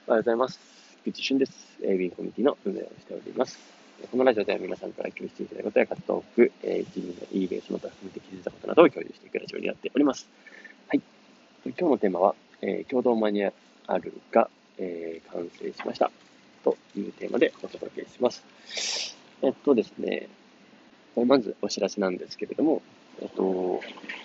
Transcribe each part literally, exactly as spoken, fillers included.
おはようございます。菊池俊です。えー、ウィンコミュニティの運営をしております。このラジオでは皆さんから共有していただいたことや活動服、えー、自分のいいベースの他含めて気づいたことなどを共有していくラジオになっております。はい。今日のテーマは、えー、共同マニュアルが、えー、完成しましたというテーマでお届けします。えっとですね、まずお知らせなんですけれども、えっと、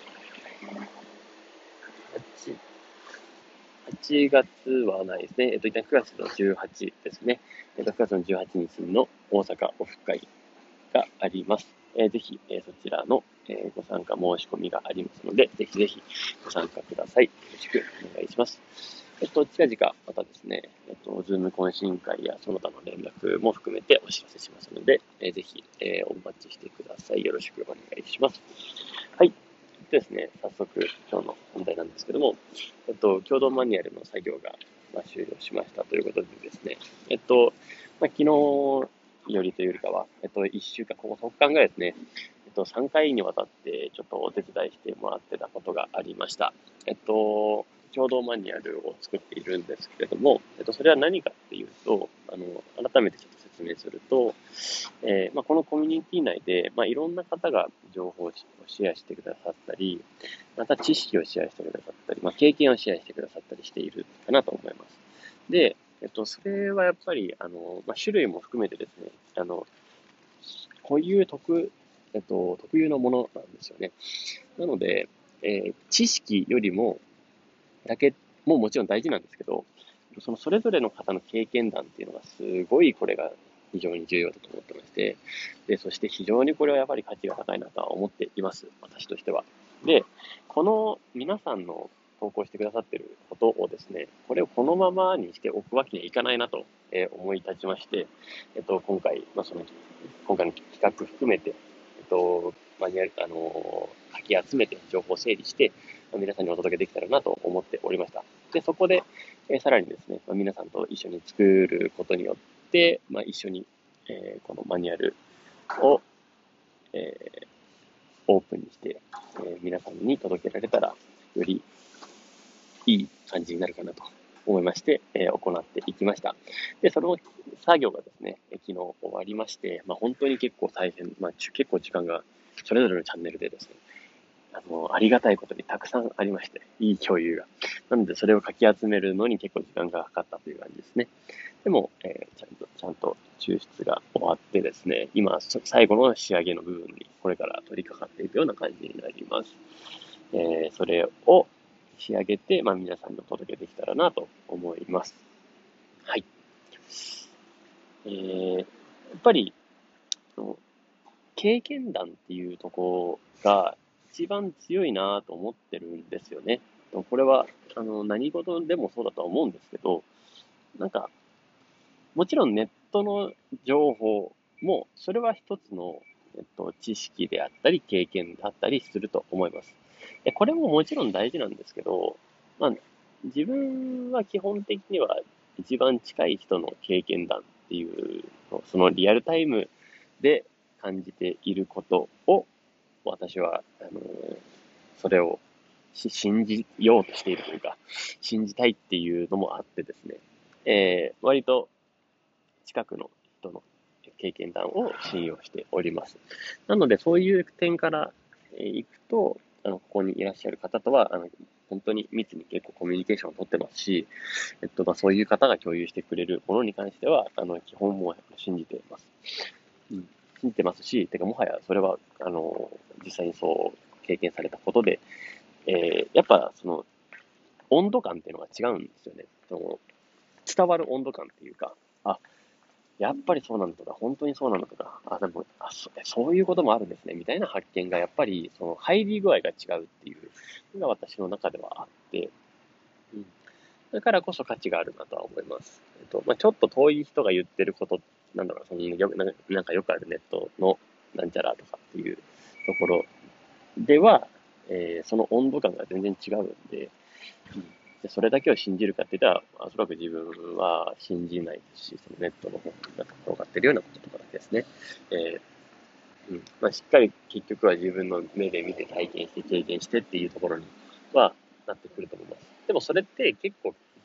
はちがつはないですね。えっと、一旦くがつのじゅうはちですね。えっと、くがつのじゅうはちにちの大阪オフ会があります。えー、ぜひ、えー、そちらの、えー、ご参加申し込みがありますので、ぜひぜひご参加ください。よろしくお願いします。えっと、近々またですね、えっと、ズーム懇親会やその他の連絡も含めてお知らせしますので、えー、ぜひ、えー、お待ちしてください。よろしくお願いします。はい。ですね、早速今日の本題なんですけども、えっと、共同マニュアルの作業が、まあ、終了しましたということでですね、えっと、まあ、昨日よりというよりかは、えっと、いっしゅうかん、ここそっかんぐらいですね、えっと、さんかいにわたってちょっとお手伝いしてもらってたことがありました。えっと、共同マニュアルを作っているんですけれども、えっと、それは何かっていうと、あの、改めてちょっと説明すると、えーまあ、このコミュニティ内で、まあ、いろんな方が情報をシェアしてくださったり、また知識をシェアしてくださったり、まあ、経験をシェアしてくださったりしているかなと思います。で、えっと、それはやっぱり、あの、まあ、種類も含めてですね、あの、こういう特、えっと、特有のものなんですよね。なので、えー知識よりも、だけももちろん大事なんですけど、そのそれぞれの方の経験談っていうのがすごいこれが非常に重要だと思ってまして、で、そして非常にこれはやっぱり価値が高いなとは思っています。私としては。で、この皆さんの投稿してくださっていることをですね、これをこのままにしておくわけにはいかないなと、えー思い立ちまして、えっと、今回、まあ、その、今回の企画含めて、えっと、マニュアル、あのー、かき集めて情報を整理して、まあ皆さんにお届けできたらなと思っておりました。で、そこで、えーさらにですね、まあ、皆さんと一緒に作ることによって、まあ、一緒に、えーこのマニュアルを、えーオープンにして、えー皆さんに届けられたら、よりいい感じになるかなと思いまして、えー行っていきました。で、その作業がですね、昨日終わりまして、まあ、本当に結構大変、まあ、結構時間がそれぞれのチャンネルでですね、あの、ありがたいことにたくさんありまして、いい共有が。なので、それをかき集めるのに結構時間がかかったという感じですね。でも、えーちゃんと、ちゃんと抽出が終わってですね、今、最後の仕上げの部分にこれから取り掛かっていくような感じになります。えーそれを仕上げて、まあ、皆さんにお届けできたらなと思います。はい。えーやっぱり、経験談っていうところが一番強いなと思ってるんですよね。これは、あの、何事でもそうだとは思うんですけど、なんか、もちろんネットの情報も、それは一つの、えっと、知識であったり、経験だったりすると思います。でこれももちろん大事なんですけど、まあ、自分は基本的には一番近い人の経験談っていうの、そのリアルタイムで感じていることを、私は、あのそれを信じようとしているというか、信じたいっていうのもあってですね、えー、割と近くの人の経験談を信用しております。なので、そういう点からいくと、あの、ここにいらっしゃる方とは、あの、本当に密に結構コミュニケーションを取ってますし、えっと、まあ、そういう方が共有してくれるものに関しては、あの、基本も信じています。うん。信じてますし、てか、もはやそれは、あの、実際にそう経験されたことで、えー、やっぱ、その、温度感っていうのが違うんですよね。その、伝わる温度感っていうか、あ、やっぱりそうなのとか、本当にそうなのとか、あ、でも、あ、そそういうこともあるんですね、みたいな発見が、やっぱり、その、入り具合が違うっていうのが私の中ではあって、うん。だからこそ価値があるなとは思います。えっと、まあ、ちょっと遠い人が言ってること、なんだろう、その、よななんかよくあるネットのなんちゃらとかっていうところでは、えーその温度感が全然違うんで、うん。で、それだけを信じるかって言ったら、おそらく自分は信じないですし、そのネットの方になんか転がってるようなこととかですね。えーうん。まあ、しっかり結局は自分の目で見て体験して経験してっていうところにはなってくると思います。でもそれって結構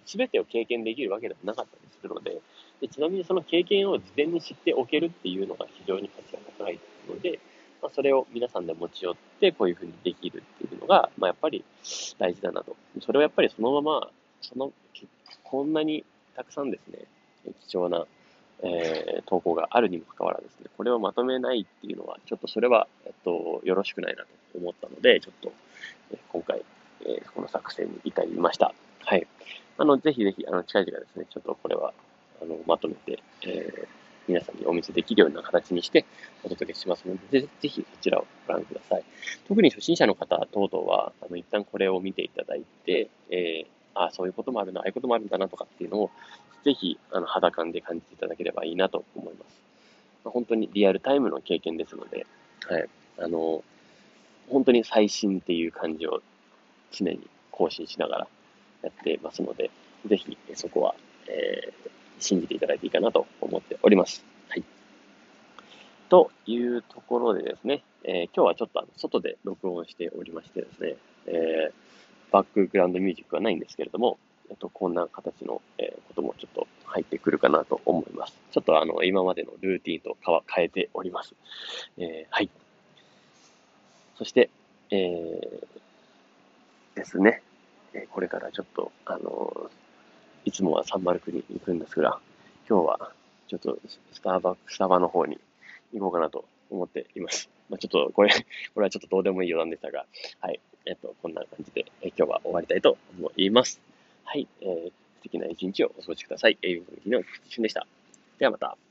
全てを経験できるわけでもなかったりするので、でちなみにその経験を事前に知っておけるっていうのが非常に価値が高いので、まあ、それを皆さんで持ち寄って、こういうふうにできるっていうのが、まあ、やっぱり大事だなと。それをやっぱりそのまま、その、こんなにたくさんですね、貴重な、えー投稿があるにもかかわらずですね、これをまとめないっていうのは、ちょっとそれは、えっと、よろしくないなと思ったので、ちょっと、えー今回、えーこの作戦に至りました。はい。あの、ぜひぜひ、あの、近々ですね、ちょっとこれは、あの、まとめて、えー皆さんにお見せできるような形にしてお届けしますので、ぜぜひそちらをご覧ください。特に初心者の方等々は、あの、一旦これを見ていただいて、えー、あそういうこともあるな、ああいうこともあるんだなとかっていうのを、ぜひ、あの、肌感で感じていただければいいなと思います。まあ、本当にリアルタイムの経験ですので、はい。あの、本当に最新っていう感じを常に更新しながらやってますので、ぜひそこは、えー、信じていただいていいかなと思っております。はい。というところでですね、えー今日はちょっとあの外で録音しておりましてですね、えーバックグラウンドミュージックはないんですけれども、えっと、こんな形の、えーこともちょっと入ってくるかなと思います。ちょっとあの、今までのルーティンとかは変えております。えーはい。そして、えーですね、えーこれからちょっと、あのーいつもはさんまるきゅうに行くんですが、今日はちょっとスターバック、スタバの方に行こうかなと思っています。まあ、ちょっとこれ、これはちょっとどうでもいい余談でしたが、はい。えっと、こんな感じで、え今日は終わりたいと思います。はい。えー、素敵な一日をお過ごしください。栄養の日の菊池俊でした。ではまた。